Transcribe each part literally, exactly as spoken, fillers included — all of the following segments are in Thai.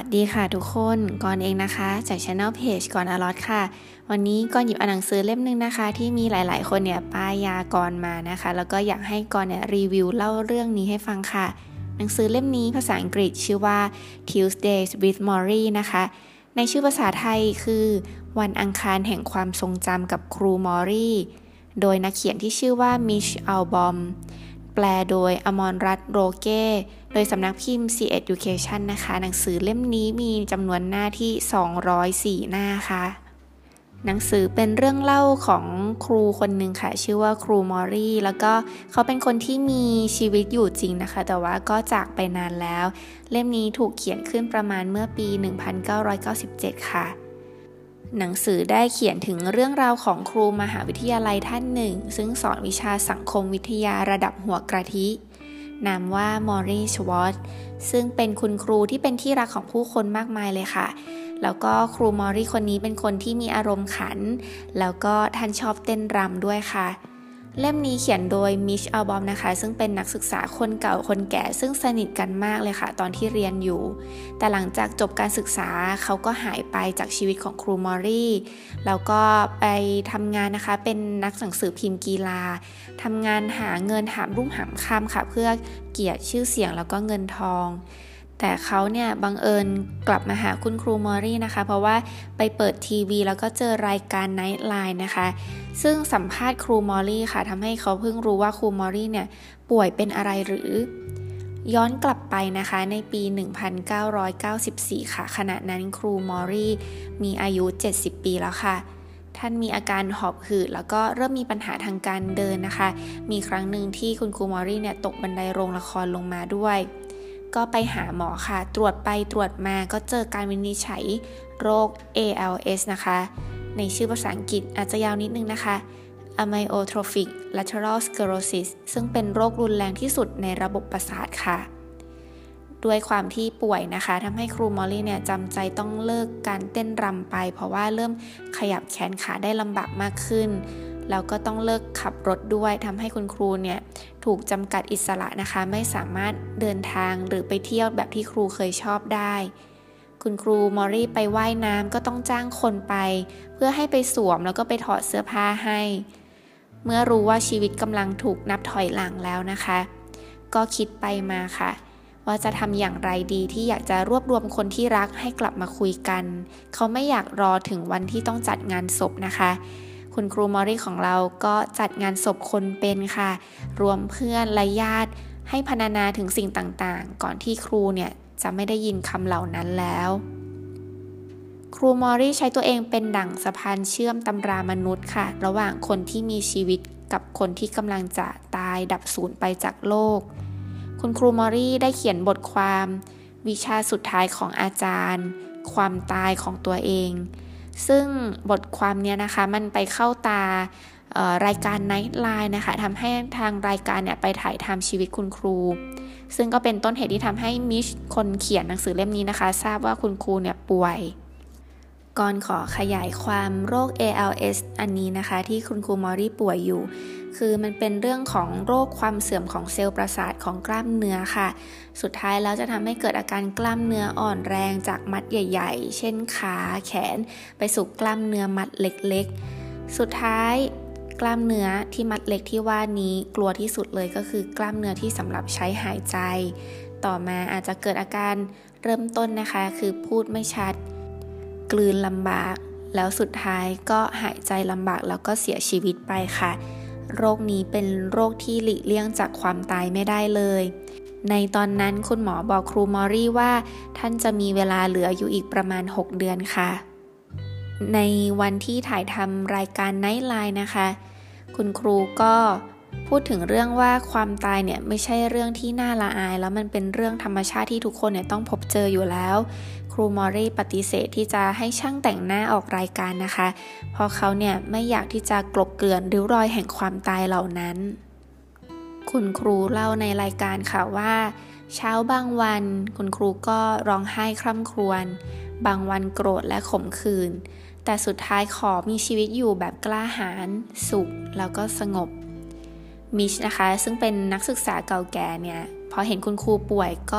ดีค่ะทุกคนก่อนเองนะคะจาก Channel Page ก่อนอลอตค่ะวันนี้ก่อนหยิบเอาหนังสือเล่มนึงนะคะที่มีหลายๆคนเนี่ยป้ายยาก่อนมานะคะแล้วก็อยากให้ก่อนเนี่ยรีวิวเล่าเรื่องนี้ให้ฟังค่ะหนังสือเล่มนี้ภาษาอังกฤษชื่อว่า Tuesdays with Morrie นะคะในชื่อภาษาไทยคือวันอังคารแห่งความทรงจำกับครูมอร์รี่โดยนักเขียนที่ชื่อว่ามิชอัลบอมแปลโดยอมรรัตน์โรเก้โดยสำนักพิมพ์ ซี Education นะคะหนังสือเล่มนี้มีจำนวนหน้าที่สองร้อยสี่หน้าค่ะหนังสือเป็นเรื่องเล่าของครูคนหนึ่งค่ะชื่อว่าครูมอร์รี่แล้วก็เขาเป็นคนที่มีชีวิตอยู่จริงนะคะแต่ว่าก็จากไปนานแล้วเล่มนี้ถูกเขียนขึ้นประมาณเมื่อปีหนึ่งพันเก้าร้อยเก้าสิบเจ็ดค่ะหนังสือได้เขียนถึงเรื่องราวของครูมหาวิทยาลัยท่านหนึ่งซึ่งสอนวิชาสังคมวิทยาระดับหัวกะทินามว่ามอร์รี่ชวอตซ์ซึ่งเป็นคุณครูที่เป็นที่รักของผู้คนมากมายเลยค่ะแล้วก็ครูมอร์รี่คนนี้เป็นคนที่มีอารมณ์ขันแล้วก็ท่านชอบเต้นรำด้วยค่ะเล่มนี้เขียนโดยมิชอัลบอมนะคะซึ่งเป็นนักศึกษาคนเก่าคนแก่ซึ่งสนิทกันมากเลยค่ะตอนที่เรียนอยู่แต่หลังจากจบการศึกษาเขาก็หายไปจากชีวิตของครูมอร์รี่แล้วก็ไปทำงานนะคะเป็นนักหนังสือพิมพ์กีฬาทำงานหาเงินหามรุ่งหามค่ำค่ะเพื่อเกียรติชื่อเสียงแล้วก็เงินทองแต่เขาเนี่ยบังเอิญกลับมาหาคุณครูมอร์รี่นะคะเพราะว่าไปเปิดทีวีแล้วก็เจอรายการ Night Line นะคะซึ่งสัมภาษณ์ครูมอร์รี่ค่ะทำให้เขาเพิ่งรู้ว่าครูมอร์รี่เนี่ยป่วยเป็นอะไรหรือย้อนกลับไปนะคะในปีหนึ่งพันเก้าร้อยเก้าสิบสี่ค่ะขณะนั้นครูมอร์รี่มีอายุเจ็ดสิบปีแล้วค่ะท่านมีอาการหอบหืดแล้วก็เริ่มมีปัญหาทางการเดินนะคะมีครั้งหนึ่งที่คุณครูมอร์รี่เนี่ยตกบันไดโรงละครลงมาด้วยก็ไปหาหมอค่ะตรวจไปตรวจมาก็เจอการวินิจฉัยโรค เอ แอล เอส นะคะในชื่อภาษาอังกฤษอาจจะยาวนิดนึงนะคะ Amyotrophic Lateral Sclerosis ซึ่งเป็นโรครุนแรงที่สุดในระบบประสาทค่ะด้วยความที่ป่วยนะคะทำให้ครูมอร์รี่เนี่ยจำใจต้องเลิกการเต้นรำไปเพราะว่าเริ่มขยับแขนขาได้ลำบากมากขึ้นแล้วก็ต้องเลิกขับรถด้วยทำให้คุณครูเนี่ยถูกจำกัดอิสระนะคะไม่สามารถเดินทางหรือไปเที่ยวแบบที่ครูเคยชอบได้คุณครูมอร์รี่ไปว่ายน้ำก็ต้องจ้างคนไปเพื่อให้ไปสวมแล้วก็ไปถอดเสื้อผ้าให้เมื่อรู้ว่าชีวิตกำลังถูกนับถอยหลังแล้วนะคะก็คิดไปมาค่ะว่าจะทำอย่างไรดีที่อยากจะรวบรวมคนที่รักให้กลับมาคุยกันเขาไม่อยากรอถึงวันที่ต้องจัดงานศพนะคะคุณครูมอร์รี่ของเราก็จัดงานศพคนเป็นค่ะรวมเพื่อนและญาติให้พรรณนาถึงสิ่งต่างๆก่อนที่ครูเนี่ยจะไม่ได้ยินคำเหล่านั้นแล้วครูมอร์รี่ใช้ตัวเองเป็นดั่งสะพานเชื่อมตำรามนุษย์ค่ะระหว่างคนที่มีชีวิตกับคนที่กำลังจะตายดับสูญไปจากโลกคุณครูมอร์รี่ได้เขียนบทความวิชาสุดท้ายของอาจารย์ความตายของตัวเองซึ่งบทความนี้นะคะมันไปเข้าตารายการ Night Line นะคะทำให้ทางรายการเนี่ยไปถ่ายทำชีวิตคุณครูซึ่งก็เป็นต้นเหตุที่ทำให้มิชคนเขียนหนังสือเล่มนี้นะคะทราบว่าคุณครูเนี่ยป่วยก่อนขอขยายความโรค เอ แอล เอส อันนี้นะคะที่คุณครูมอร์รี่ป่วยอยู่คือมันเป็นเรื่องของโรคความเสื่อมของเซลล์ประสาทของกล้ามเนื้อค่ะสุดท้ายแล้วจะทำให้เกิดอาการกล้ามเนื้ออ่อนแรงจากมัดใหญ่ๆเช่นขาแขนไปสู่กล้ามเนื้อมัดเล็กๆสุดท้ายกล้ามเนื้อที่มัดเล็กที่ว่านี้กลัวที่สุดเลยก็คือกล้ามเนื้อที่สำหรับใช้หายใจต่อมาอาจจะเกิดอาการเริ่มต้นนะคะคือพูดไม่ชัดกลืนลำบากแล้วสุดท้ายก็หายใจลำบากแล้วก็เสียชีวิตไปค่ะโรคนี้เป็นโรคที่หลีกเลี่ยงจากความตายไม่ได้เลยในตอนนั้นคุณหมอบอกครูมอร์รี่ว่าท่านจะมีเวลาเหลืออยู่อีกประมาณหกเดือนค่ะในวันที่ถ่ายทำรายการ Night Line นะคะคุณครูก็พูดถึงเรื่องว่าความตายเนี่ยไม่ใช่เรื่องที่น่าละอายแล้วมันเป็นเรื่องธรรมชาติที่ทุกคนเนี่ยต้องพบเจออยู่แล้วครูมอร์รี่ปฏิเสธที่จะให้ช่างแต่งหน้าออกรายการนะคะเพราะเขาเนี่ยไม่อยากที่จะกลบเกลื่อนริ้วรอยแห่งความตายเหล่านั้นคุณครูเล่าในรายการค่ะว่าเช้าบางวันคุณครูก็ร้องไห้คร่ำครวญบางวันโกรธและขมขื่นแต่สุดท้ายขอมีชีวิตอยู่แบบกล้าหาญสุขแล้วก็สงบมิชนะคะซึ่งเป็นนักศึกษาเก่าแก่เนี่ยพอเห็นคุณครูป่วยก็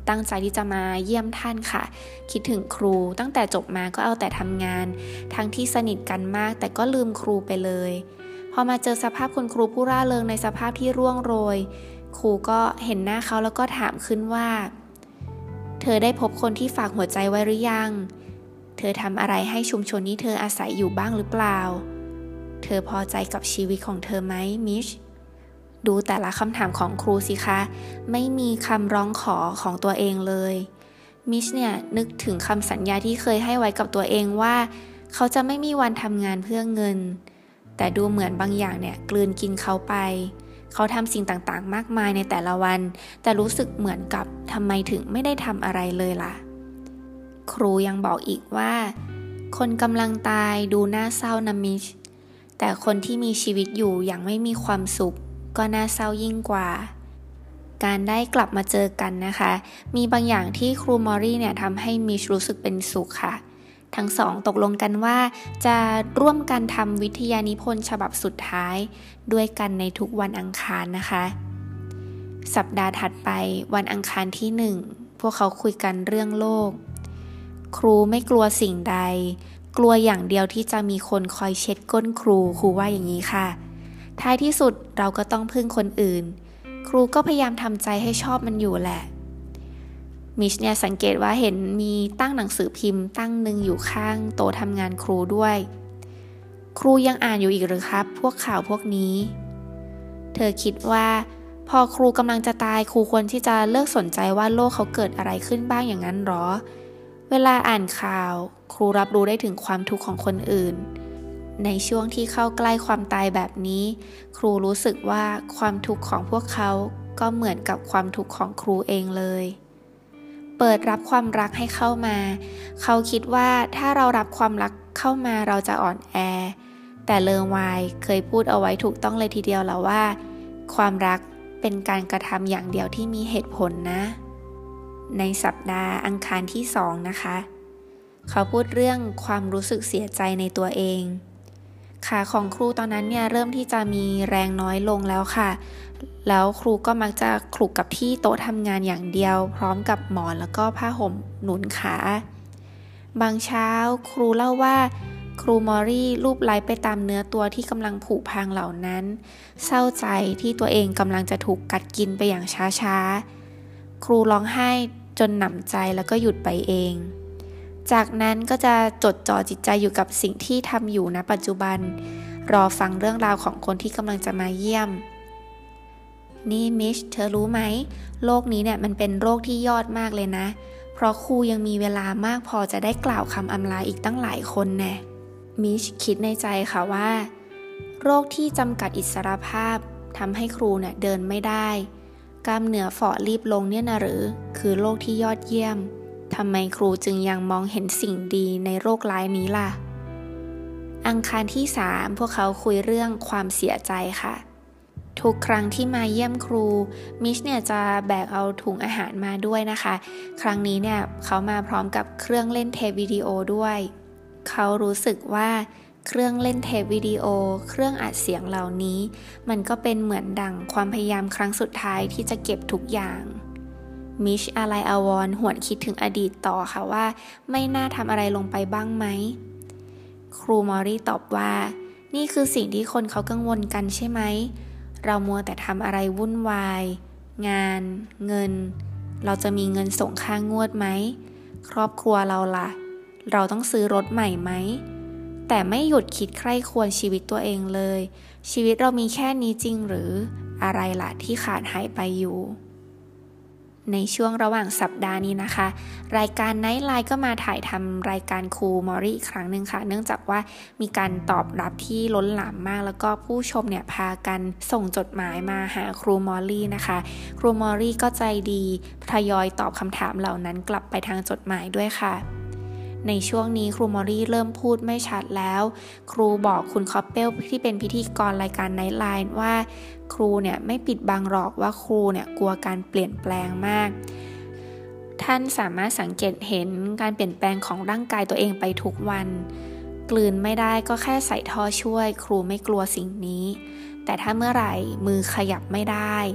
ตั้งใจที่จะมาเยี่ยมท่านค่ะคิดถึงครูตั้งแต่จบมาก็เอาแต่ทำงานทั้งที่สนิทกันมากแต่ก็ลืมครูไปเลยพอมาเจอสภาพคุณครูผู้ร่าเริงในสภาพที่ร่วงโรยครูก็เห็นหน้าเขาแล้วก็ถามขึ้นว่าเธอได้พบคนที่ฝากหัวใจไว้หรือยังเธอทำอะไรให้ชุมชนที่เธออาศัยอยู่บ้างหรือเปล่าเธอพอใจกับชีวิตของเธอไหมมิชดูแต่ละคำถามของครูสิคะไม่มีคำร้องขอของตัวเองเลยมิชเนี่ยนึกถึงคำสัญญาที่เคยให้ไว้กับตัวเองว่าเขาจะไม่มีวันทำงานเพื่อเงินแต่ดูเหมือนบางอย่างเนี่ยกลืนกินเขาไปเขาทำสิ่งต่างๆมากมายในแต่ละวันแต่รู้สึกเหมือนกับทำไมถึงไม่ได้ทำอะไรเลยล่ะครูยังบอกอีกว่าคนกำลังตายดูน่าเศร้านะมิชแต่คนที่มีชีวิตอยู่อย่างไม่มีความสุขก็น่าเศร้ายิ่งกว่าการได้กลับมาเจอกันนะคะมีบางอย่างที่ครูมอรี่เนี่ยทำให้มิชรู้สึกเป็นสุขค่ะทั้งสองตกลงกันว่าจะร่วมกันทำวิทยานิพนธ์ฉบับสุดท้ายด้วยกันในทุกวันอังคารนะคะสัปดาห์ถัดไปวันอังคารที่หนึ่งพวกเขาคุยกันเรื่องโลกครูไม่กลัวสิ่งใดกลัวอย่างเดียวที่จะมีคนคอยเช็ดก้นครูครูว่าอย่างนี้ค่ะท้ายที่สุดเราก็ต้องพึ่งคนอื่นครูก็พยายามทำใจให้ชอบมันอยู่แหละมิชเนี่ยสังเกตว่าเห็นมีตั้งหนังสือพิมพ์ตั้งหนึ่งอยู่ข้างโต๊ะทำงานครูด้วยครูยังอ่านอยู่อีกหรือครับพวกข่าวพวกนี้เธอคิดว่าพอครูกำลังจะตายครูควรที่จะเลิกสนใจว่าโลกเขาเกิดอะไรขึ้นบ้างอย่างนั้นหรอเวลาอ่านข่าวครูรับรู้ได้ถึงความทุกข์ของคนอื่นในช่วงที่เข้าใกล้ความตายแบบนี้ครูรู้สึกว่าความทุกข์ของพวกเขาก็เหมือนกับความทุกข์ของครูเองเลยเปิดรับความรักให้เข้ามาเขาคิดว่าถ้าเรารับความรักเข้ามาเราจะอ่อนแอแต่เลอวายเคยพูดเอาไว้ถูกต้องเลยทีเดียวแล้วว่าความรักเป็นการกระทำอย่างเดียวที่มีเหตุผลนะในสัปดาห์อังคารที่สองนะคะเขาพูดเรื่องความรู้สึกเสียใจในตัวเองขาของครูตอนนั้นเนี่ยเริ่มที่จะมีแรงน้อยลงแล้วค่ะแล้วครูก็มักจะคลุกกับที่โต๊ะทำงานอย่างเดียวพร้อมกับหมอนแล้วก็ผ้าห่มหนุนขาบางเช้าครูเล่าว่าครูมอรี่ลูบไล้ไปตามเนื้อตัวที่กำลังผุพังเหล่านั้นเศร้าใจที่ตัวเองกำลังจะถูกกัดกินไปอย่างช้าๆครูร้องไห้จนหนำใจแล้วก็หยุดไปเองจากนั้นก็จะจดจ่อจิตใจอยู่กับสิ่งที่ทำอยู่ณปัจจุบันรอฟังเรื่องราวของคนที่กำลังจะมาเยี่ยมนี่มิชเธอรู้ไหมโรคนี้เนี่ยมันเป็นโรคที่ยอดมากเลยนะเพราะครูยังมีเวลามากพอจะได้กล่าวคำอำลาอีกตั้งหลายคนแน่มิชคิดในใจค่ะว่าโรคที่จำกัดอิสรภาพทำให้ครูเนี่ยเดินไม่ได้กล้ามเนื้อฝ่อรีบลงเนี่ยนะหรือคือโรคที่ยอดเยี่ยมทำไมครูจึงยังมองเห็นสิ่งดีในโรคร้ายนี้ล่ะอังคารที่สามพวกเขาคุยเรื่องความเสียใจค่ะทุกครั้งที่มาเยี่ยมครูมิชเนี่ยจะแบกเอาถุงอาหารมาด้วยนะคะครั้งนี้เนี่ยเขามาพร้อมกับเครื่องเล่นเทปวิดีโอด้วยเขารู้สึกว่าเครื่องเล่นเทปวิดีโอเครื่องอัดเสียงเหล่านี้มันก็เป็นเหมือนดั่งความพยายามครั้งสุดท้ายที่จะเก็บทุกอย่างมิชอาลัยอาวรณ์หวนคิดถึงอดีตต่อค่ะว่าไม่น่าทำอะไรลงไปบ้างไหมครูมอรี่ตอบว่านี่คือสิ่งที่คนเขากังวลกันใช่ไหมเรามัวแต่ทำอะไรวุ่นวายงานเงินเราจะมีเงินส่งค่างวดไหมครอบครัวเราล่ะเราต้องซื้อรถใหม่ไหมแต่ไม่หยุดคิดใคร่ครวญชีวิตตัวเองเลยชีวิตเรามีแค่นี้จริงหรืออะไรล่ะที่ขาดหายไปอยู่ในช่วงระหว่างสัปดาห์นี้นะคะรายการ Night Line ก็มาถ่ายทำรายการครูมอรี่อีกครั้งหนึ่งค่ะเนื่องจากว่ามีการตอบรับที่ล้นหลามมากแล้วก็ผู้ชมเนี่ยพากันส่งจดหมายมาหาครูมอรี่นะคะครูมอรี่ก็ใจดีทยอยตอบคำถามเหล่านั้นกลับไปทางจดหมายด้วยค่ะในช่วงนี้ครูมอรี่เริ่มพูดไม่ชัดแล้วครูบอกคุณคอปเปลที่เป็นพิธีกรรายการ Night Line ว่าครูเนี่ยไม่ปิดบังหรอกว่าครูเนี่ยกลัวการเปลี่ยนแปลงมากท่านสามารถสังเกตเห็นการเปลี่ยนแปลงของร่างกายตัวเองไปทุกวันกลืนไม่ได้ก็แค่ใส่ท่อช่วยครูไม่กลัวสิ่งนี้แต่ถ้าเมื่อไหร่มือขยับไม่ได้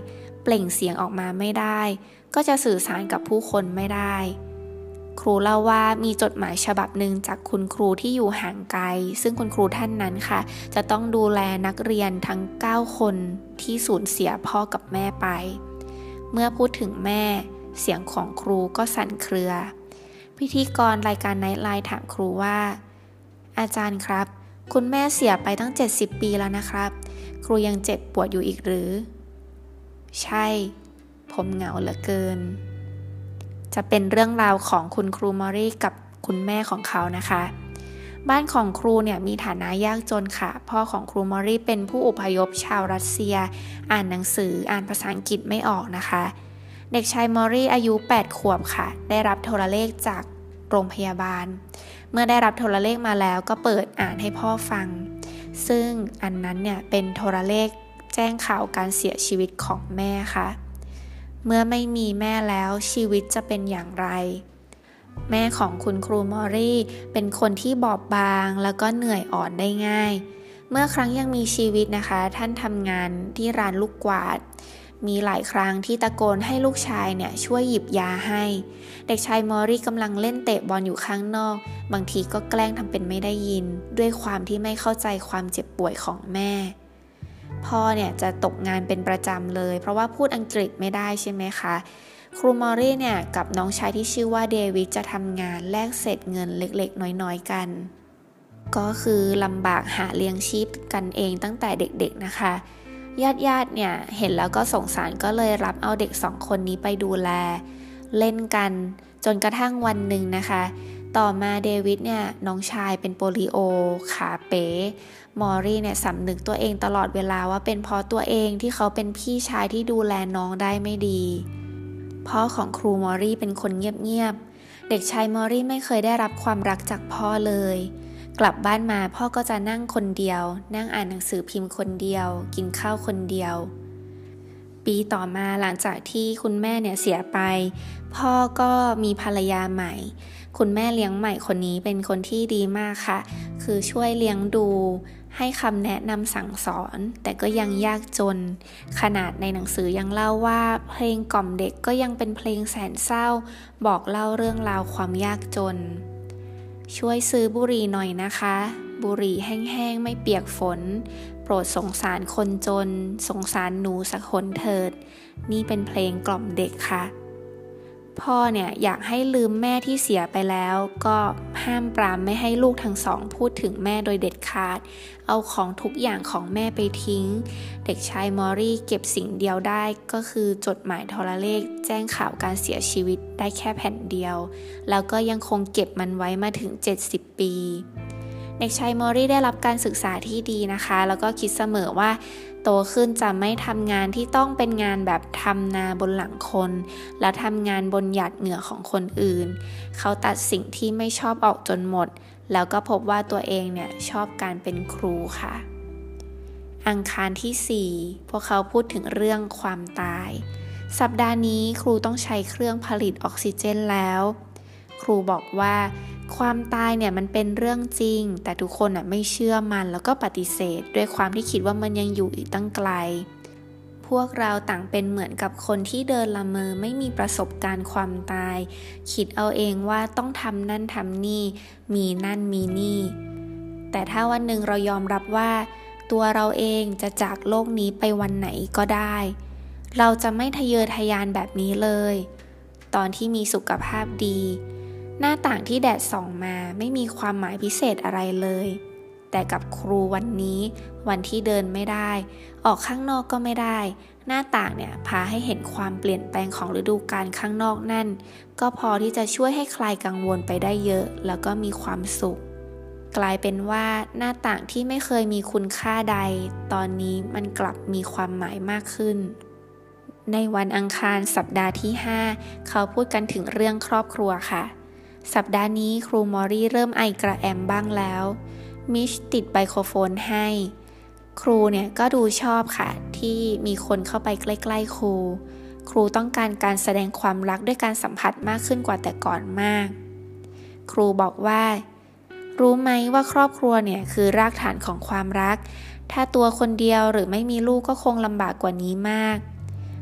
เปล่งเสียงออกมาไม่ได้ก็จะสื่อสารกับผู้คนไม่ได้ครูเล่าว่ามีจดหมายฉบับหนึ่งจากคุณครูที่อยู่ห่างไกลซึ่งคุณครูท่านนั้นค่ะจะต้องดูแลนักเรียนทั้งเก้าคนที่สูญเสียพ่อกับแม่ไปเมื่อพูดถึงแม่เสียงของครูก็สั่นเครือพิธีกรรายการไนท์ไลน์ถามครูว่าอาจารย์ครับคุณแม่เสียไปตั้งเจ็ดสิบปีแล้วนะครับครูยังเจ็บปวดอยู่อีกหรือใช่ผมเหงาเหลือเกินจะเป็นเรื่องราวของคุณครูมอรี่กับคุณแม่ของเขานะคะบ้านของครูเนี่ยมีฐานะยากจนค่ะพ่อของครูมอรี่เป็นผู้อพยพชาวรัสเซียอ่านหนังสืออ่านภาษาอังกฤษไม่ออกนะคะเด็กชายมอรี่อายุแปดขวบค่ะได้รับโทรเลขจากโรงพยาบาลเมื่อได้รับโทรเลขมาแล้วก็เปิดอ่านให้พ่อฟังซึ่งอันนั้นเนี่ยเป็นโทรเลขแจ้งข่าวการเสียชีวิตของแม่ค่ะเมื่อไม่มีแม่แล้วชีวิตจะเป็นอย่างไรแม่ของคุณครูมอรี่เป็นคนที่บอบบางแล้วก็เหนื่อยอ่อนได้ง่ายเมื่อครั้งยังมีชีวิตนะคะท่านทำงานที่ร้านลูกกวาดมีหลายครั้งที่ตะโกนให้ลูกชายเนี่ยช่วยหยิบยาให้เด็กชายมอรี่กำลังเล่นเตะบอลอยู่ข้างนอกบางทีก็แกล้งทำเป็นไม่ได้ยินด้วยความที่ไม่เข้าใจความเจ็บป่วยของแม่พ่อเนี่ยจะตกงานเป็นประจำเลยเพราะว่าพูดอังกฤษไม่ได้ใช่ไหมคะครูมอรี่เนี่ยกับน้องชายที่ชื่อว่าเดวิดจะทำงานแลกเศษเงินเล็กๆน้อยๆกันก็คือลำบากหาเลี้ยงชีพกันเองตั้งแต่เด็กๆนะคะญาติๆเนี่ยเห็นแล้วก็สงสารก็เลยรับเอาเด็กสองคนนี้ไปดูแลเล่นกันจนกระทั่งวันหนึ่งนะคะต่อมาเดวิดเนี่ยน้องชายเป็นโปลิโอขาเป๋มอรี่เนี่ยสำนึกตัวเองตลอดเวลาว่าเป็นเพราะตัวเองที่เขาเป็นพี่ชายที่ดูแลน้องได้ไม่ดีพ่อของครูมอรี่เป็นคนเงียบๆเด็กชายมอรี่ไม่เคยได้รับความรักจากพ่อเลยกลับบ้านมาพ่อก็จะนั่งคนเดียวนั่งอ่านหนังสือพิมพ์คนเดียวกินข้าวคนเดียวปีต่อมาหลังจากที่คุณแม่เนี่ยเสียไปพ่อก็มีภรรยาใหม่คุณแม่เลี้ยงใหม่คนนี้เป็นคนที่ดีมากค่ะคือช่วยเลี้ยงดูให้คำแนะนำสั่งสอนแต่ก็ยังยากจนขนาดในหนังสือยังเล่าว่าเพลงกล่อมเด็กก็ยังเป็นเพลงแสนเศร้าบอกเล่าเรื่องราวความยากจนช่วยซื้อบุหรี่หน่อยนะคะบุหรี่แห้งๆไม่เปียกฝนโปรดสงสารคนจนสงสารหนูสักคนเถิดนี่เป็นเพลงกล่อมเด็กค่ะพ่อเนี่ยอยากให้ลืมแม่ที่เสียไปแล้วก็ห้ามปรามไม่ให้ลูกทั้งสองพูดถึงแม่โดยเด็ดขาดเอาของทุกอย่างของแม่ไปทิ้งเด็กชายมอรี่เก็บสิ่งเดียวได้ก็คือจดหมายโทรเลขแจ้งข่าวการเสียชีวิตได้แค่แผ่นเดียวแล้วก็ยังคงเก็บมันไว้มาถึงเจ็ดสิบปีเด็กชายมอรี่ได้รับการศึกษาที่ดีนะคะแล้วก็คิดเสมอว่าโตขึ้นจะไม่ทำงานที่ต้องเป็นงานแบบทำนาบนหลังคนแล้วทำงานบนหยาดเหงื่อของคนอื่นเขาตัดสิ่งที่ไม่ชอบออกจนหมดแล้วก็พบว่าตัวเองเนี่ยชอบการเป็นครูค่ะอังคารที่สี่พวกเขาพูดถึงเรื่องความตายสัปดาห์นี้ครูต้องใช้เครื่องผลิตออกซิเจนแล้วครูบอกว่าความตายเนี่ยมันเป็นเรื่องจริงแต่ทุกคนอ่ะไม่เชื่อมันแล้วก็ปฏิเสธด้วยความที่คิดว่ามันยังอยู่อีกตั้งไกลพวกเราต่างเป็นเหมือนกับคนที่เดินละเมอไม่มีประสบการณ์ความตายคิดเอาเองว่าต้องทำนั่นทำนี่มีนั่นมีนี่แต่ถ้าวันหนึ่งเรายอมรับว่าตัวเราเองจะจากโลกนี้ไปวันไหนก็ได้เราจะไม่ทะเยอทะยานแบบนี้เลยตอนที่มีสุขภาพดีหน้าต่างที่แดดส่องมาไม่มีความหมายพิเศษอะไรเลยแต่กับครูวันนี้วันที่เดินไม่ได้ออกข้างนอกก็ไม่ได้หน้าต่างเนี่ยพาให้เห็นความเปลี่ยนแปลงของฤดูกาลข้างนอกนั่นก็พอที่จะช่วยให้คลายกังวลไปได้เยอะแล้วก็มีความสุขกลายเป็นว่าหน้าต่างที่ไม่เคยมีคุณค่าใดตอนนี้มันกลับมีความหมายมากขึ้นในวันอังคารสัปดาห์ที่ห้าเขาพูดกันถึงเรื่องครอบครัวค่ะสัปดาห์นี้ครูมอรี่เริ่มไอกระแอมบ้างแล้วมิชติดไมโครโฟนให้ครูเนี่ยก็ดูชอบค่ะที่มีคนเข้าไปใกล้ๆครูครูต้องการการแสดงความรักด้วยการสัมผัสมากขึ้นกว่าแต่ก่อนมากครูบอกว่ารู้ไหมว่าครอบครัวเนี่ยคือรากฐานของความรักถ้าตัวคนเดียวหรือไม่มีลูกก็คงลำบากกว่านี้มาก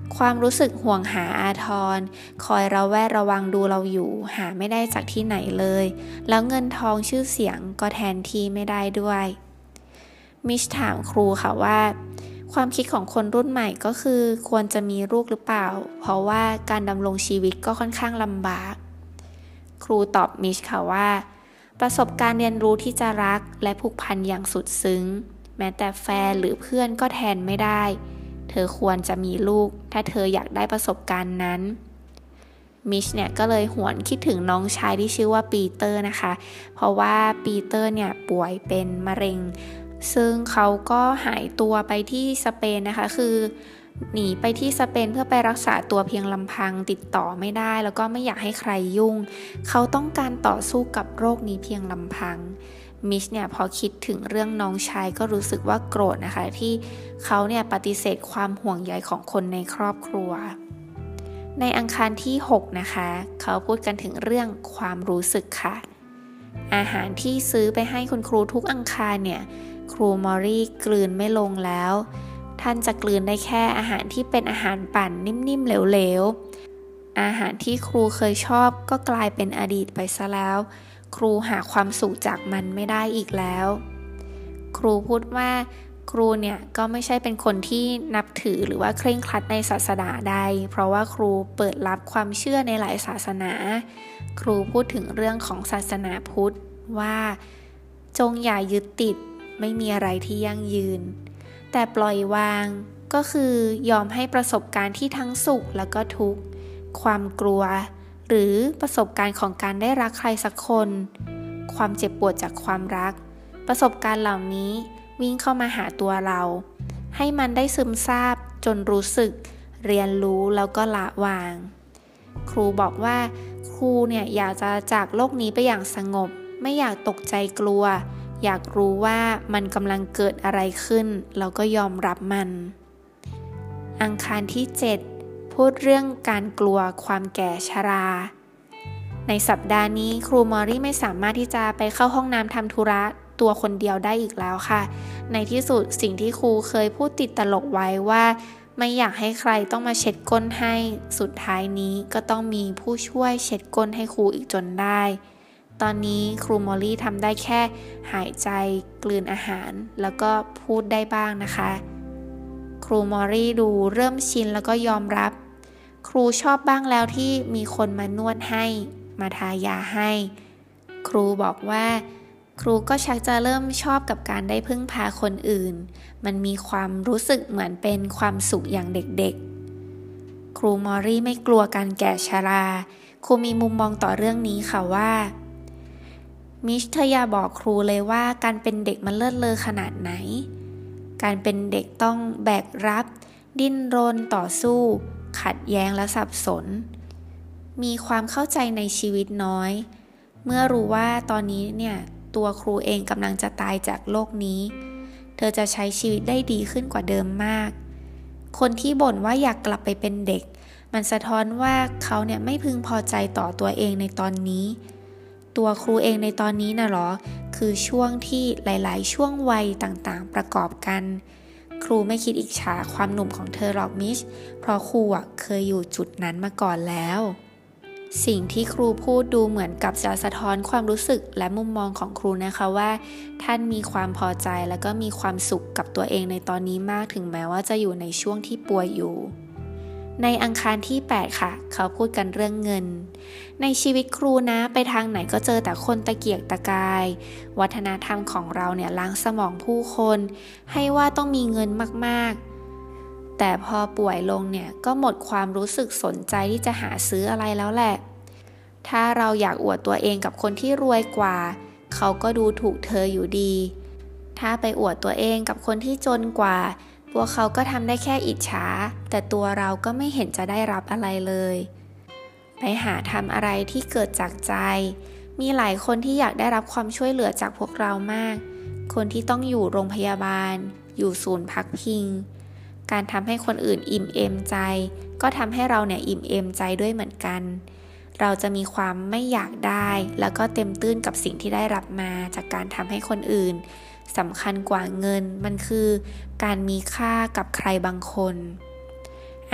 ความรู้สึกห่วงหาอาทรคอยระแวดระวังดูเราอยู่หาไม่ได้จากที่ไหนเลยแล้วเงินทองชื่อเสียงก็แทนที่ไม่ได้ด้วยมิชถามครูค่ะว่าความคิดของคนรุ่นใหม่ก็คือควรจะมีลูกหรือเปล่าเพราะว่าการดำรงชีวิตก็ค่อนข้างลำบากครูตอบมิชค่ะว่าประสบการณ์เรียนรู้ที่จะรักและผูกพันอย่างสุดซึ้งแม้แต่แฟนหรือเพื่อนก็แทนไม่ได้เธอควรจะมีลูกถ้าเธออยากได้ประสบการณ์นั้นมิชเนี่ยก็เลยหวนคิดถึงน้องชายที่ชื่อว่าปีเตอร์นะคะเพราะว่าปีเตอร์เนี่ยป่วยเป็นมะเร็งซึ่งเขาก็หายตัวไปที่สเปนนะคะคือหนีไปที่สเปนเพื่อไปรักษาตัวเพียงลำพังติดต่อไม่ได้แล้วก็ไม่อยากให้ใครยุ่งเขาต้องการต่อสู้กับโรคนี้เพียงลำพังมิชเนี่ยพอคิดถึงเรื่องน้องชายก็รู้สึกว่าโกรธนะคะที่เขาเนี่ยปฏิเสธความห่วงใยของคนในครอบครัวในอังคารที่หกนะคะเขาพูดกันถึงเรื่องความรู้สึกค่ะอาหารที่ซื้อไปให้คุณครูทุกอังคารเนี่ยครูมอรี่กลืนไม่ลงแล้วท่านจะกลืนได้แค่อาหารที่เป็นอาหารปั่นนิ่มๆเหลวๆอาหารที่ครูเคยชอบก็กลายเป็นอดีตไปซะแล้วครูหาความสุขจากมันไม่ได้อีกแล้วครูพูดว่าครูเนี่ยก็ไม่ใช่เป็นคนที่นับถือหรือว่าเคร่งครัดในศาสนาใดเพราะว่าครูเปิดรับความเชื่อในหลายศาสนาครูพูดถึงเรื่องของศาสนาพุทธว่าจงอย่ายึดติดไม่มีอะไรที่ยั่งยืนแต่ปล่อยวางก็คือยอมให้ประสบการณ์ที่ทั้งสุขแล้วก็ทุกข์ความกลัวหรือประสบการณ์ของการได้รักใครสักคนความเจ็บปวดจากความรักประสบการณ์เหล่านี้วิ่งเข้ามาหาตัวเราให้มันได้ซึมซาบจนรู้สึกเรียนรู้แล้วก็ละวางครูบอกว่าครูเนี่ยอยากจะจากโลกนี้ไปอย่างสงบไม่อยากตกใจกลัวอยากรู้ว่ามันกำลังเกิดอะไรขึ้นแล้วก็ยอมรับมันอังคารที่เจ็ดพูดเรื่องการกลัวความแก่ชราในสัปดาห์นี้ครูมอรี่ไม่สามารถที่จะไปเข้าห้องน้ำทำธุระตัวคนเดียวได้อีกแล้วค่ะในที่สุดสิ่งที่ครูเคยพูดติดตลกไว้ว่าไม่อยากให้ใครต้องมาเช็ดก้นให้สุดท้ายนี้ก็ต้องมีผู้ช่วยเช็ดก้นให้ครูอีกจนได้ตอนนี้ครูมอรี่ทำได้แค่หายใจกลืนอาหารแล้วก็พูดได้บ้างนะคะครูมอรี่ดูเริ่มชินแล้วก็ยอมรับครูชอบบ้างแล้วที่มีคนมานวดให้มาทายาให้ครูบอกว่าครูก็ชักจะเริ่มชอบกับการได้พึ่งพาคนอื่นมันมีความรู้สึกเหมือนเป็นความสุขอย่างเด็กๆครูมอรี่ไม่กลัวการแก่ชราครูมีมุมมองต่อเรื่องนี้ค่ะว่ามิชเธออย่าบอกครูเลยว่าการเป็นเด็กมันเลิศเลอขนาดไหนการเป็นเด็กต้องแบกรับดิ้นรนต่อสู้ขัดแย้งและสับสนมีความเข้าใจในชีวิตน้อยเมื่อรู้ว่าตอนนี้เนี่ยตัวครูเองกำลังจะตายจากโลกนี้เธอจะใช้ชีวิตได้ดีขึ้นกว่าเดิมมากคนที่บ่นว่าอยากกลับไปเป็นเด็กมันสะท้อนว่าเขาเนี่ยไม่พึงพอใจต่อตัวเองในตอนนี้ตัวครูเองในตอนนี้น่ะหรอคือช่วงที่หลายๆช่วงวัยต่างๆประกอบกันครูไม่คิดอิจฉาความหนุ่มของเธอหรอกมิชเพราะครูอ่ะเคยอยู่จุดนั้นมาก่อนแล้วสิ่งที่ครูพูดดูเหมือนกับจะสะท้อนความรู้สึกและมุมมองของครูนะคะว่าท่านมีความพอใจและก็มีความสุขกับตัวเองในตอนนี้มากถึงแม้ว่าจะอยู่ในช่วงที่ป่วยอยู่ในอังคารที่แปดค่ะเขาพูดกันเรื่องเงินในชีวิตครูนะไปทางไหนก็เจอแต่คนตะเกียกตะกายวัฒนธรรมของเราเนี่ยล้างสมองผู้คนให้ว่าต้องมีเงินมากๆแต่พอป่วยลงเนี่ยก็หมดความรู้สึกสนใจที่จะหาซื้ออะไรแล้วแหละถ้าเราอยากอวดตัวเองกับคนที่รวยกว่าเขาก็ดูถูกเธออยู่ดีถ้าไปอวดตัวเองกับคนที่จนกว่าพวกเขาก็ทำได้แค่อิจฉาแต่ตัวเราก็ไม่เห็นจะได้รับอะไรเลยไปหาทำอะไรที่เกิดจากใจมีหลายคนที่อยากได้รับความช่วยเหลือจากพวกเรามากคนที่ต้องอยู่โรงพยาบาลอยู่ศูนย์พักพิงการทำให้คนอื่นอิ่มเอมใจก็ทำให้เราเนี่ยอิ่มเอมใจด้วยเหมือนกันเราจะมีความไม่อยากได้แล้วก็เต็มตื้นกับสิ่งที่ได้รับมาจากการทำให้คนอื่นสำคัญกว่าเงินมันคือการมีค่ากับใครบางคน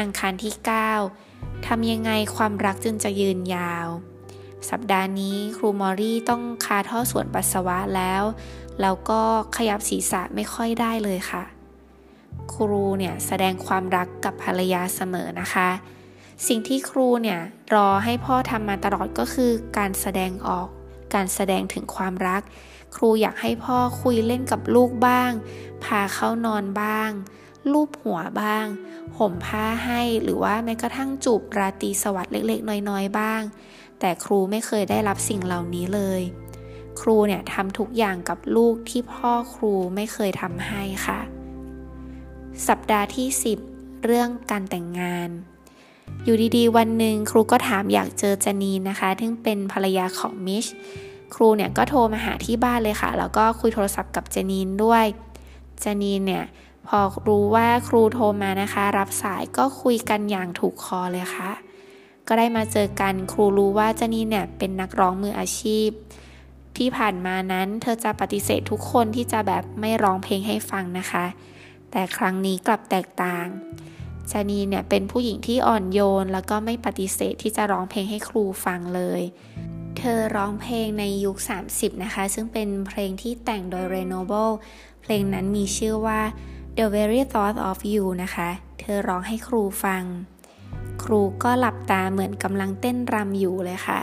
อังคารที่เก้าทำยังไงความรักจึงจะยืนยาวสัปดาห์นี้ครูมอรี่ต้องคาท่อส่วนปัสสาวะแล้วแล้วก็ขยับศีรษะไม่ค่อยได้เลยค่ะครูเนี่ยแสดงความรักกับภรรยาเสมอนะคะสิ่งที่ครูเนี่ยรอให้พ่อทำมาตลอดก็คือการแสดงออกการแสดงถึงความรักครูอยากให้พ่อคุยเล่นกับลูกบ้างพาเขานอนบ้างลูบหัวบ้างห่มผ้าให้หรือว่าแม้กระทั่งจูบราตรีสวัสดิ์เล็กๆน้อยๆบ้างแต่ครูไม่เคยได้รับสิ่งเหล่านี้เลยครูเนี่ยทำทุกอย่างกับลูกที่พ่อครูไม่เคยทำให้ค่ะสัปดาห์ที่สิบเรื่องการแต่งงานอยู่ดีๆวันหนึ่งครูก็ถามอยากเจอจานีนนะคะซึ่งเป็นภรรยาของมิชครูเนี่ยก็โทรมาหาที่บ้านเลยค่ะแล้วก็คุยโทรศัพท์กับจานีนด้วยจานีนเนี่ยพอรู้ว่าครูโทรมานะคะรับสายก็คุยกันอย่างถูกคอเลยค่ะก็ได้มาเจอกันครูรู้ว่าจานีนเนี่ยเป็นนักร้องมืออาชีพที่ผ่านมานั้นเธอจะปฏิเสธทุกคนที่จะแบบไม่ร้องเพลงให้ฟังนะคะแต่ครั้งนี้กลับแตกต่างจานีนเนี่ยเป็นผู้หญิงที่อ่อนโยนแล้วก็ไม่ปฏิเสธที่จะร้องเพลงให้ครูฟังเลยเธอร้องเพลงในยุคสามสิบนะคะซึ่งเป็นเพลงที่แต่งโดย Renoble เพลงนั้นมีชื่อว่า The Very Thought of You นะคะเธอร้องให้ครูฟังครูก็หลับตาเหมือนกำลังเต้นรำอยู่เลยค่ะ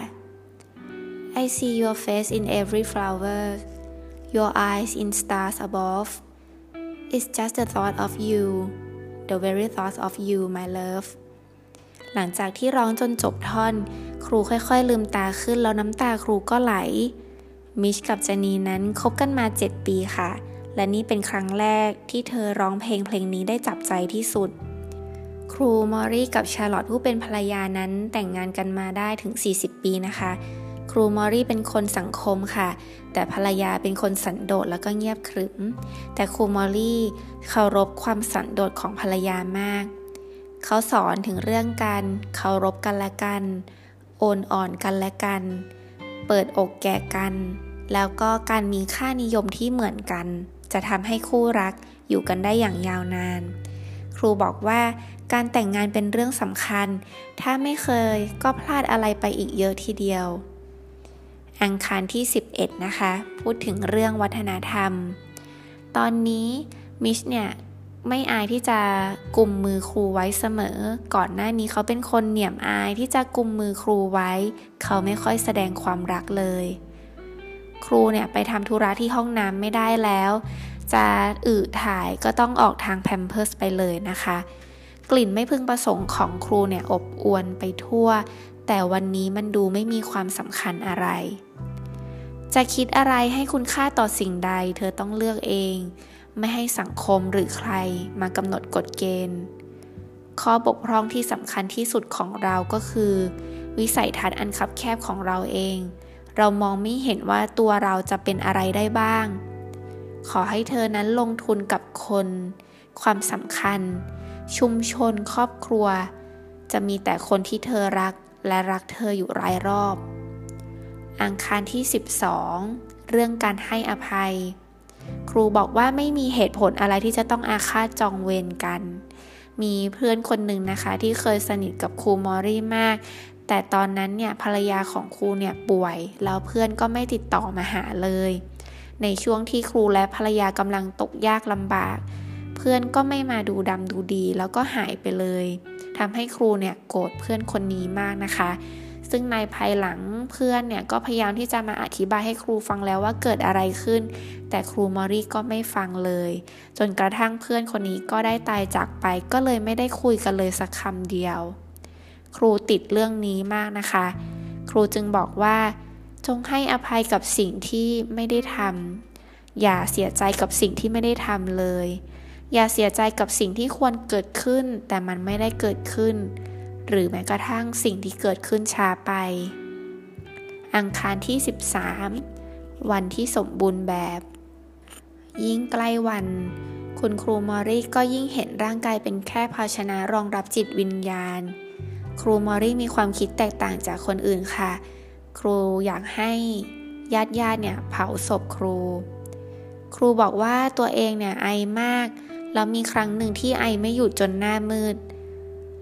I see your face in every flower your eyes in stars above It's just the thought of you the very thought of you my love หลังจากที่ร้องจนจบท่อนครูค่อยๆลืมตาขึ้นแล้วน้ำตาครูก็ไหลมิชกับจานีนั้นคบกันมาเจ็ดปีค่ะและนี่เป็นครั้งแรกที่เธอร้องเพลงเพลงนี้ได้จับใจที่สุดครูมอรี่กับชาร์ลอตผู้เป็นภรรยานั้นแต่งงานกันมาได้ถึงสี่สิบปีนะคะครูมอรี่เป็นคนสังคมค่ะแต่ภรรยาเป็นคนสันโดษแล้วก็เงียบขรึมแต่ครูมอรี่เคารพความสันโดษของภรรยามากเขาสอนถึงเรื่องการเคารพกันและกันโอนอ่อนกันและกันเปิดอกแก่กันแล้วก็การมีค่านิยมที่เหมือนกันจะทำให้คู่รักอยู่กันได้อย่างยาวนานครูบอกว่าการแต่งงานเป็นเรื่องสำคัญถ้าไม่เคยก็พลาดอะไรไปอีกเยอะทีเดียวอังคารที่สิบเอ็ดนะคะพูดถึงเรื่องวัฒนธรรมตอนนี้มิชเนี่ยไม่อายที่จะกุมมือครูไว้เสมอก่อนหน้านี้เขาเป็นคนเหนี่ยมอายที่จะกุมมือครูไว้เขาไม่ค่อยแสดงความรักเลยครูเนี่ยไปทำธุระที่ห้องน้ำไม่ได้แล้วจะอึถ่ายก็ต้องออกทางแพมเพิร์สไปเลยนะคะกลิ่นไม่พึงประสงค์ของครูเนี่ยอบอวลไปทั่วแต่วันนี้มันดูไม่มีความสำคัญอะไรจะคิดอะไรให้คุณค่าต่อสิ่งใดเธอต้องเลือกเองไม่ให้สังคมหรือใครมากำหนดกฎเกณฑ์ข้อบกพร่องที่สำคัญที่สุดของเราก็คือวิสัยทัศน์อันคับแคบของเราเองเรามองไม่เห็นว่าตัวเราจะเป็นอะไรได้บ้างขอให้เธอนั้นลงทุนกับคนความสำคัญชุมชนครอบครัวจะมีแต่คนที่เธอรักและรักเธออยู่รายรอบอังคารที่สิบสองเรื่องการให้อภัยครูบอกว่าไม่มีเหตุผลอะไรที่จะต้องอาฆาตจองเวรกันมีเพื่อนคนหนึ่งนะคะที่เคยสนิทกับครูมอรี่มากแต่ตอนนั้นเนี่ยภรรยาของครูเนี่ยป่วยแล้วเพื่อนก็ไม่ติดต่อมาหาเลยในช่วงที่ครูและภรรยากำลังตกยากลำบากเพื่อนก็ไม่มาดูดำดูดีแล้วก็หายไปเลยทำให้ครูเนี่ยโกรธเพื่อนคนนี้มากนะคะซึ่งในภายหลังเพื่อนเนี่ยก็พยายามที่จะมาอธิบายให้ครูฟังแล้วว่าเกิดอะไรขึ้นแต่ครูมอรี่ก็ไม่ฟังเลยจนกระทั่งเพื่อนคนนี้ก็ได้ตายจากไปก็เลยไม่ได้คุยกันเลยสักคำเดียวครูติดเรื่องนี้มากนะคะครูจึงบอกว่าจงให้อภัยกับสิ่งที่ไม่ได้ทำอย่าเสียใจกับสิ่งที่ไม่ได้ทำเลยอย่าเสียใจกับสิ่งที่ควรเกิดขึ้นแต่มันไม่ได้เกิดขึ้นหรือแม้กระทั่งสิ่งที่เกิดขึ้นช้าไปอังคารที่สิบสามวันที่สมบูรณ์แบบยิ่งใกล้วันคุณครูมอรี่ก็ยิ่งเห็นร่างกายเป็นแค่ภาชนะรองรับจิตวิญญาณครูมอรี่มีความคิดแตกต่างจากคนอื่นค่ะครูอยากให้ญาติญาติเนี่ยเผาศพครูครูบอกว่าตัวเองเนี่ยไอมากแล้วมีครั้งหนึ่งที่ไอไม่หยุดจนหน้ามืด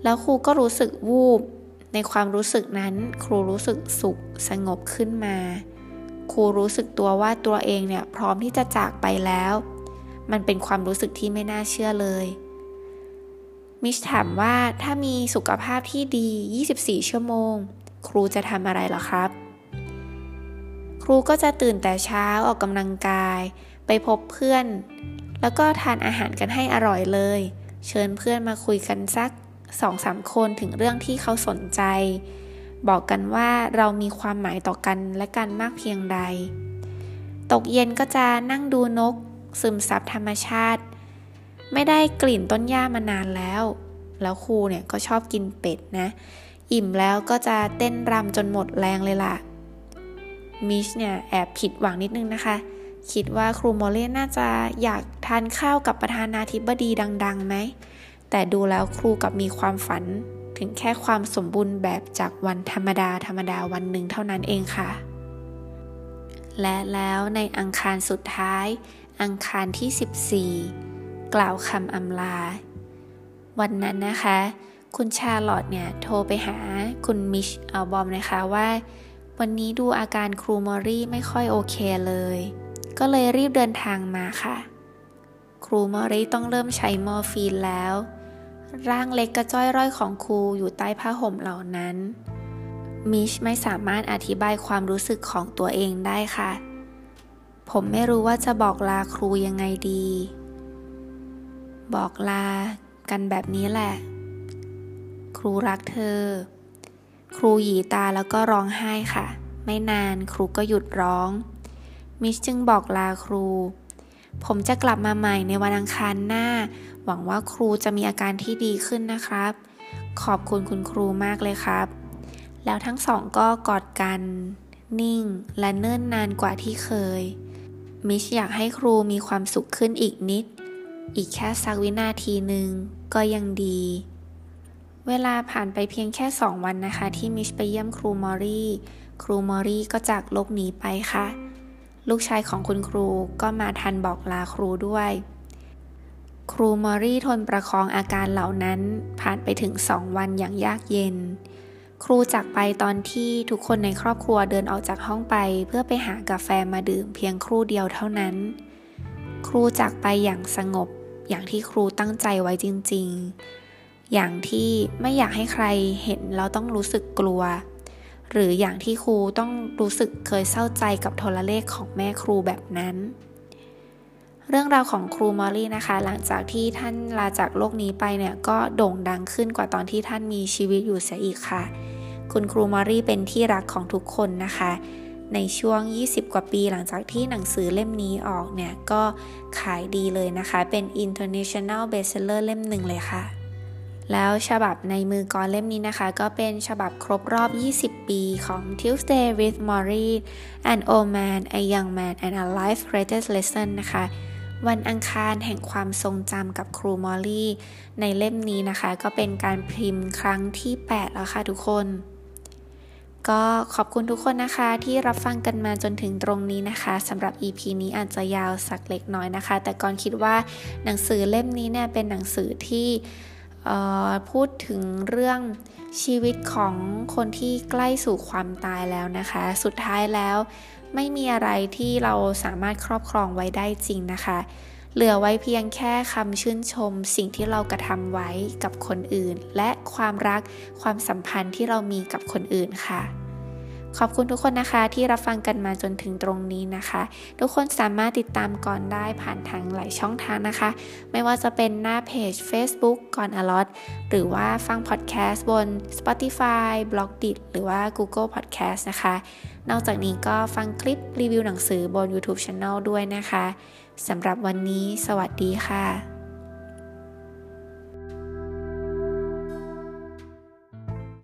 แล้วครูก็รู้สึกวูบในความรู้สึกนั้นครูรู้สึกสุขสงบขึ้นมาครูรู้สึกตัวว่าตัวเองเนี่ยพร้อมที่จะจากไปแล้วมันเป็นความรู้สึกที่ไม่น่าเชื่อเลยมิชถามว่าถ้ามีสุขภาพที่ดียี่สิบสี่ชั่วโมงครูจะทำอะไรเหรอครับครูก็จะตื่นแต่เช้าออกกำลังกายไปพบเพื่อนแล้วก็ทานอาหารกันให้อร่อยเลยเชิญเพื่อนมาคุยกันสัก สองสาม คนถึงเรื่องที่เขาสนใจบอกกันว่าเรามีความหมายต่อกันและกันมากเพียงใดตกเย็นก็จะนั่งดูนกซึมซับธรรมชาติไม่ได้กลิ่นต้นหญ้ามานานแล้วแล้วครูเนี่ยก็ชอบกินเป็ดนะอิ่มแล้วก็จะเต้นรำจนหมดแรงเลยล่ะมิชเนี่ยแอบผิดหวังนิดนึงนะคะคิดว่าครูโมเล่น่าจะอยากทานข้าวกับประธานาธิบดีดังๆไหมแต่ดูแล้วครูกับมีความฝันถึงแค่ความสมบูรณ์แบบจากวันธรรมดาธรรมดาวันหนึ่งเท่านั้นเองค่ะและแล้วในอังคารสุดท้ายอังคารที่สิบสี่กล่าวคำอำลาวันนั้นนะคะคุณชาร์ลอตเนี่ยโทรไปหาคุณมิชอัลบอมนะคะว่าวันนี้ดูอาการครูมอรี่ไม่ค่อยโอเคเลยก็เลยรีบเดินทางมาค่ะครูมอรี่ต้องเริ่มใช้มอร์ฟีนแล้วร่างเล็กกระจ้อยร่อยของครูอยู่ใต้ผ้าห่มเหล่านั้นมิชไม่สามารถอธิบายความรู้สึกของตัวเองได้ค่ะผมไม่รู้ว่าจะบอกลาครูยังไงดีบอกลากันแบบนี้แหละครูรักเธอครูหยีตาแล้วก็ร้องไห้ค่ะไม่นานครูก็หยุดร้องมิชจึงบอกลาครูผมจะกลับมาใหม่ในวันอังคารหน้าหวังว่าครูจะมีอาการที่ดีขึ้นนะครับขอบคุณคุณครูมากเลยครับแล้วทั้งสองก็กอดกันนิ่งและเนิ่นนานกว่าที่เคยมิชอยากให้ครูมีความสุขขึ้นอีกนิดอีกแค่สักวินาทีหนึ่งก็ยังดีเวลาผ่านไปเพียงแค่สองวันนะคะที่มิชไปเยี่ยมครูมอรี่ครูมอรี่ก็จากโลกนี้ไปค่ะลูกชายของคุณครูก็มาทันบอกลาครูด้วยครูมอรี่ทนประคองอาการเหล่านั้นผ่านไปถึงสองวันอย่างยากเย็นครูจากไปตอนที่ทุกคนในครอบครัวเดินออกจากห้องไปเพื่อไปหากาแฟมาดื่มเพียงครู่เดียวเท่านั้นครูจากไปอย่างสงบอย่างที่ครูตั้งใจไว้จริงๆอย่างที่ไม่อยากให้ใครเห็นแล้วต้องรู้สึกกลัวหรืออย่างที่ครูต้องรู้สึกเคยเศร้าใจกับโทรเลขของแม่ครูแบบนั้นเรื่องราวของครูมอลลี่นะคะหลังจากที่ท่านลาจากโลกนี้ไปเนี่ยก็โด่งดังขึ้นกว่าตอนที่ท่านมีชีวิตอยู่เสียอีกค่ะคุณครูมอลลี่เป็นที่รักของทุกคนนะคะในช่วงยี่สิบกว่าปีหลังจากที่หนังสือเล่มนี้ออกเนี่ยก็ขายดีเลยนะคะเป็น International Bestseller เล่มหนึ่งเลยค่ะแล้วฉบับในมือกรเล่มนี้นะคะก็เป็นฉบับครบรอบยี่สิบปีของ Tuesday with Morrie An Old Man A Young Man and a Life's Greatest Lesson นะคะวันอังคารแห่งความทรงจำกับครูมอลลี่ในเล่มนี้นะคะก็เป็นการพิมพ์ครั้งที่แปดแล้วค่ะทุกคนก็ขอบคุณทุกคนนะคะที่รับฟังกันมาจนถึงตรงนี้นะคะสำหรับ อี พี นี้อาจจะยาวสักเล็กน้อยนะคะแต่ก่อนคิดว่าหนังสือเล่มนี้เนี่ยเป็นหนังสือที่พูดถึงเรื่องชีวิตของคนที่ใกล้สู่ความตายแล้วนะคะสุดท้ายแล้วไม่มีอะไรที่เราสามารถครอบครองไว้ได้จริงนะคะเหลือไว้เพียงแค่คำชื่นชมสิ่งที่เรากระทำไว้กับคนอื่นและความรักความสัมพันธ์ที่เรามีกับคนอื่นค่ะขอบคุณทุกคนนะคะที่รับฟังกันมาจนถึงตรงนี้นะคะทุกคนสามารถติดตามก่อนได้ผ่านทางหลายช่องทางนะคะไม่ว่าจะเป็นหน้าเพจ Facebook ก่อนอลอตหรือว่าฟังพอดแคสต์บน Spotify บล็อกดิท หรือว่า Google Podcast นะคะนอกจากนี้ก็ฟังคลิปรีวิวหนังสือบน YouTube Channel ด้วยนะคะสำหรับวันนี้สวัสดีค่ะ